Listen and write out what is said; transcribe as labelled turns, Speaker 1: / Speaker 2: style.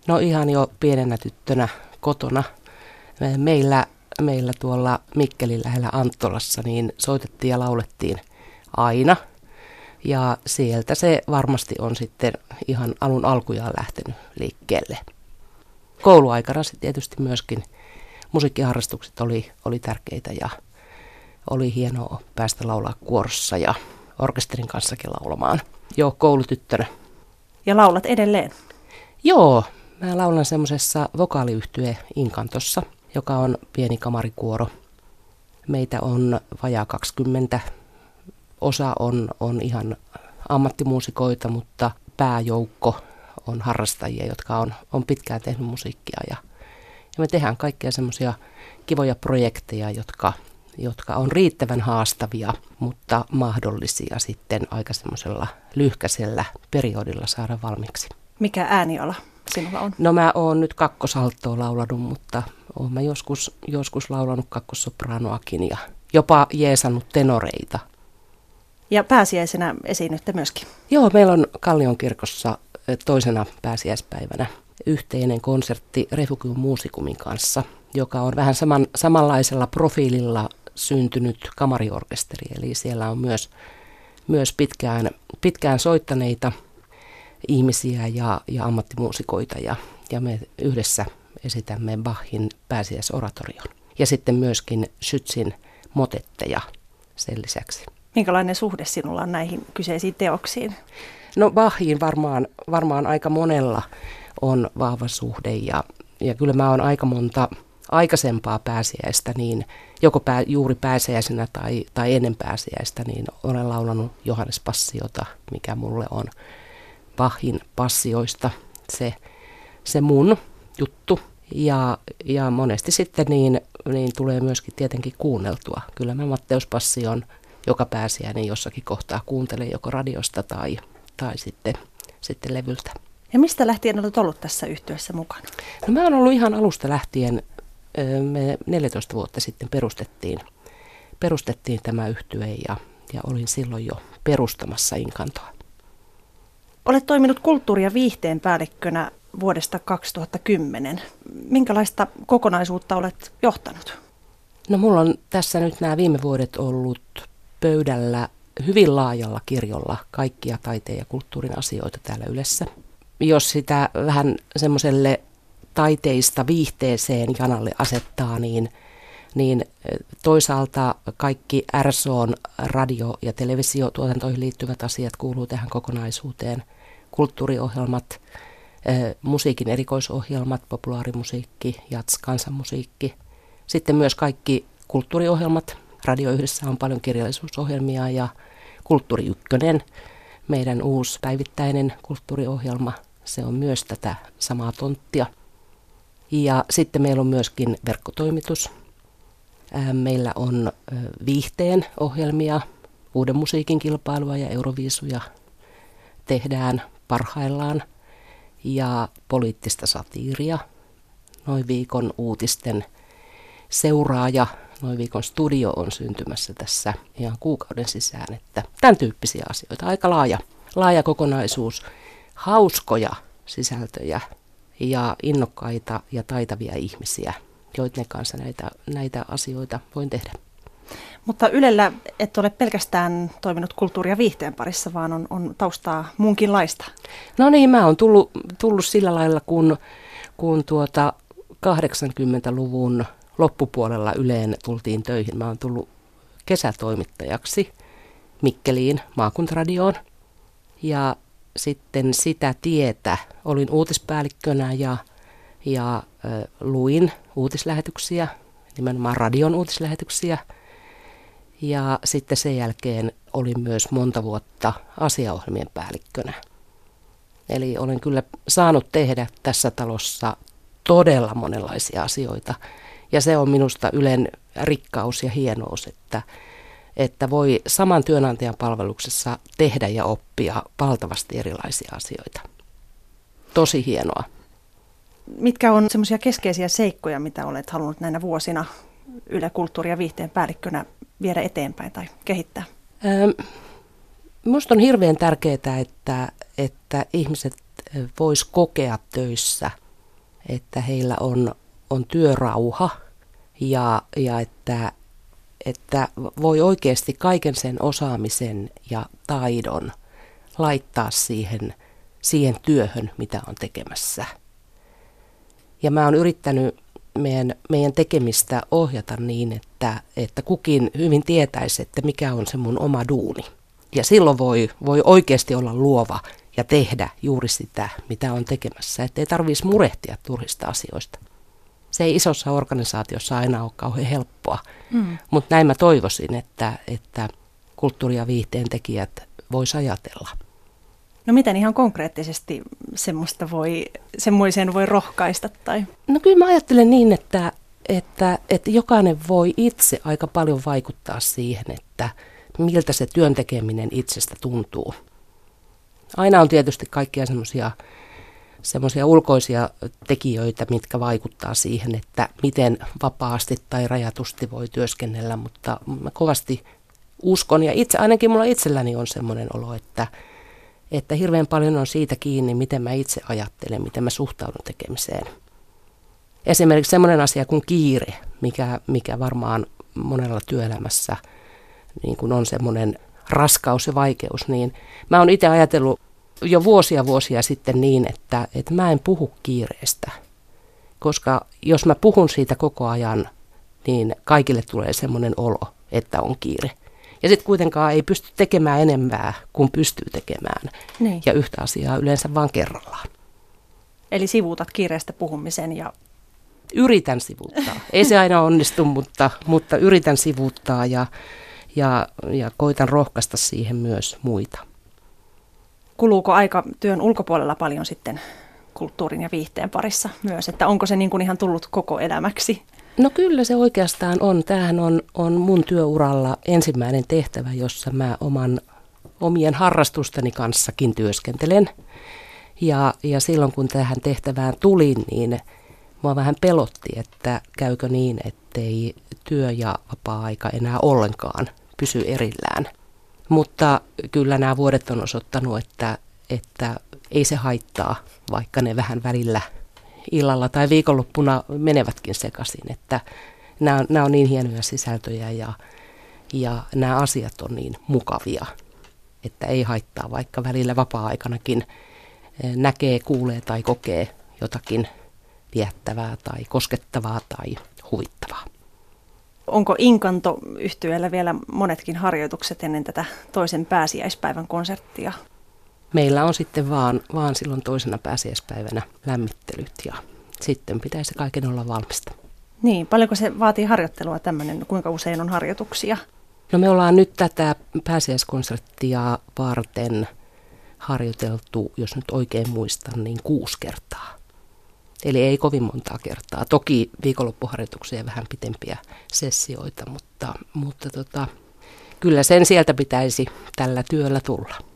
Speaker 1: No ihan jo pienenä tyttönä kotona. Meillä tuolla Mikkelin lähellä Anttolassa niin soitettiin ja laulettiin aina. Ja sieltä se varmasti on sitten ihan alun alkujaan lähtenyt liikkeelle. Kouluaikana sitten tietysti myöskin musiikkiharrastukset oli tärkeitä ja oli hienoa päästä laulaa kuorossa ja orkesterin kanssakin laulamaan. Joo, koulutyttönä.
Speaker 2: Ja laulat edelleen?
Speaker 1: Joo, mä laulan semmoisessa vokaaliyhtye Inkantossa, joka on pieni kamarikuoro. Meitä on vajaa 20. Osa on ihan ammattimuusikoita, mutta pääjoukko on harrastajia, jotka on pitkään tehnyt musiikkia. Ja me tehdään kaikkia semmoisia kivoja projekteja, jotka on riittävän haastavia, mutta mahdollisia sitten aika semmoisella lyhkäisellä periodilla saada valmiiksi.
Speaker 2: Mikä ääniala sinulla on?
Speaker 1: No mä oon nyt kakkosalttoa laulanut, mutta oon mä joskus laulanut kakkosopraanoakin ja jopa jeesannut tenoreita.
Speaker 2: Ja pääsiäisenä esiinnytte myöskin?
Speaker 1: Joo, meillä on Kallion kirkossa toisena pääsiäispäivänä yhteinen konsertti Refugium Musicumin kanssa, joka on vähän samanlaisella profiililla syntynyt kamariorkesteri. Eli siellä on myös pitkään soittaneita ihmisiä ja ammattimuusikoita ja me yhdessä esitämme Bachin pääsiäisoratorion. Ja sitten myöskin Schützin motetteja sen lisäksi.
Speaker 2: Minkälainen suhde sinulla on näihin kyseisiin teoksiin?
Speaker 1: No Bachiin varmaan aika monella on vahva suhde ja kyllä mä oon aika monta aikaisempaa pääsiäistä, niin joko juuri pääsiäisenä tai ennen pääsiäistä, niin olen laulanut Johannes Passiota, mikä mulle on Bachin passioista se mun juttu. Ja monesti sitten niin tulee myöskin tietenkin kuunneltua. Kyllä mä Matteus Passion joka pääsiäinen jossakin kohtaa kuuntelen joko radiosta tai sitten levyltä.
Speaker 2: Ja mistä lähtien olet ollut tässä yhtyeessä mukana?
Speaker 1: No mä oon ollut ihan alusta lähtien. Me 14 vuotta sitten perustettiin tämä yhtye ja olin silloin jo perustamassa Inkantoa.
Speaker 2: Olet toiminut kulttuuri- ja viihteen päällikkönä vuodesta 2010. Minkälaista kokonaisuutta olet johtanut?
Speaker 1: No mulla on tässä nyt nämä viime vuodet ollut pöydällä hyvin laajalla kirjolla kaikkia taiteen ja kulttuurin asioita täällä Ylessä. Jos sitä vähän semmoiselle taiteista viihteeseen janalle asettaa, niin toisaalta kaikki RSO:n radio- ja televisiotuotantoihin liittyvät asiat kuuluu tähän kokonaisuuteen. Kulttuuriohjelmat, musiikin erikoisohjelmat, populaarimusiikki, jats, kansanmusiikki. Sitten myös kaikki kulttuuriohjelmat. Radio Yhdessä on paljon kirjallisuusohjelmia ja Kulttuuri Ykkönen, meidän uusi päivittäinen kulttuuriohjelma. Se on myös tätä samaa tonttia. Ja sitten meillä on myöskin verkkotoimitus. Meillä on viihteen ohjelmia, uuden musiikin kilpailua ja Euroviisuja tehdään parhaillaan. Ja poliittista satiiria, Noin viikon uutisten seuraaja, Noin viikon studio on syntymässä tässä ihan kuukauden sisään. Että tämän tyyppisiä asioita, aika laaja kokonaisuus, hauskoja sisältöjä ja innokkaita ja taitavia ihmisiä, joiden kanssa näitä asioita voin tehdä.
Speaker 2: Mutta Ylellä et ole pelkästään toiminut kulttuuri- ja viihteen parissa, vaan on taustaa muunkinlaista.
Speaker 1: No niin, mä oon tullut sillä lailla, kun 80-luvun loppupuolella Yleen tultiin töihin. Mä oon tullut kesätoimittajaksi Mikkeliin maakuntaradioon ja sitten sitä tietä olin uutispäällikkönä ja luin uutislähetyksiä, nimenomaan radion uutislähetyksiä. Ja sitten sen jälkeen olin myös monta vuotta asiaohjelmien päällikkönä. Eli olen kyllä saanut tehdä tässä talossa todella monenlaisia asioita. Ja se on minusta Ylen rikkaus ja hienous, että voi saman työnantajan palveluksessa tehdä ja oppia valtavasti erilaisia asioita. Tosi hienoa.
Speaker 2: Mitkä on semmoisia keskeisiä seikkoja, mitä olet halunnut näinä vuosina Yle kulttuuri- ja viihteen päällikkönä viedä eteenpäin tai kehittää?
Speaker 1: Minusta on hirveän tärkeää, että ihmiset vois kokea töissä että heillä on työrauha ja että voi oikeasti kaiken sen osaamisen ja taidon laittaa siihen työhön, mitä on tekemässä. Ja mä oon yrittänyt meidän tekemistä ohjata niin, että kukin hyvin tietäisi, että mikä on se mun oma duuni. Ja silloin voi oikeasti olla luova ja tehdä juuri sitä, mitä on tekemässä. Että ei tarvitsisi murehtia turhista asioista. Se ei isossa organisaatiossa aina ole kauhean helppoa, mutta näin mä toivoisin, että kulttuuri- ja viihteen tekijät vois ajatella.
Speaker 2: No miten ihan konkreettisesti semmoiseen voi rohkaista? Tai?
Speaker 1: No kyllä mä ajattelen niin, että jokainen voi itse aika paljon vaikuttaa siihen, että miltä se työn tekeminen itsestä tuntuu. Aina on tietysti kaikkia semmoisia ulkoisia tekijöitä, mitkä vaikuttaa siihen, että miten vapaasti tai rajatusti voi työskennellä, mutta mä kovasti uskon ja ainakin mulla itselläni on semmoinen olo, että hirveän paljon on siitä kiinni, miten mä itse ajattelen, miten mä suhtaudun tekemiseen. Esimerkiksi semmoinen asia kuin kiire, mikä varmaan monella työelämässä niin kun on semmoinen raskaus ja vaikeus, niin mä oon itse ajatellut jo vuosia sitten niin, että mä en puhu kiireestä, koska jos mä puhun siitä koko ajan, niin kaikille tulee semmoinen olo, että on kiire. Ja sitten kuitenkaan ei pysty tekemään enempää kuin pystyy tekemään.
Speaker 2: Niin.
Speaker 1: Ja yhtä asiaa yleensä vaan kerrallaan.
Speaker 2: Eli sivuutat kiireestä puhumisen ja...
Speaker 1: Yritän sivuuttaa. Ei se aina onnistu, mutta yritän sivuuttaa ja koitan rohkaista siihen myös muita.
Speaker 2: Kuluuko aika työn ulkopuolella paljon sitten kulttuurin ja viihteen parissa myös? Että onko se niin kuin ihan tullut koko elämäksi?
Speaker 1: No kyllä se oikeastaan on. Tämähän on mun työuralla ensimmäinen tehtävä, jossa mä omien harrastusteni kanssakin työskentelen. Ja silloin kun tähän tehtävään tulin, niin mua vähän pelotti, että käykö niin, ettei työ ja vapaa-aika enää ollenkaan pysy erillään. Mutta kyllä nämä vuodet on osoittanut, että ei se haittaa, vaikka ne vähän välillä illalla tai viikonloppuna menevätkin sekaisin. Että nämä on niin hienoja sisältöjä ja nämä asiat on niin mukavia, että ei haittaa, vaikka välillä vapaa-aikanakin näkee, kuulee tai kokee jotakin viehättävää tai koskettavaa tai huvittavaa.
Speaker 2: Onko Inkanto-yhtyeellä vielä monetkin harjoitukset ennen tätä toisen pääsiäispäivän konserttia?
Speaker 1: Meillä on sitten vaan silloin toisena pääsiäispäivänä lämmittelyt ja sitten pitäisi kaiken olla valmista.
Speaker 2: Niin, paljonko se vaatii harjoittelua tämmöinen, kuinka usein on harjoituksia?
Speaker 1: No me ollaan nyt tätä pääsiäiskonserttia varten harjoiteltu, jos nyt oikein muistan, niin 6 kertaa. Eli ei kovin montaa kertaa. Toki viikonloppuharjoituksia ja vähän pitempiä sessioita, mutta kyllä sen sieltä pitäisi tällä työllä tulla.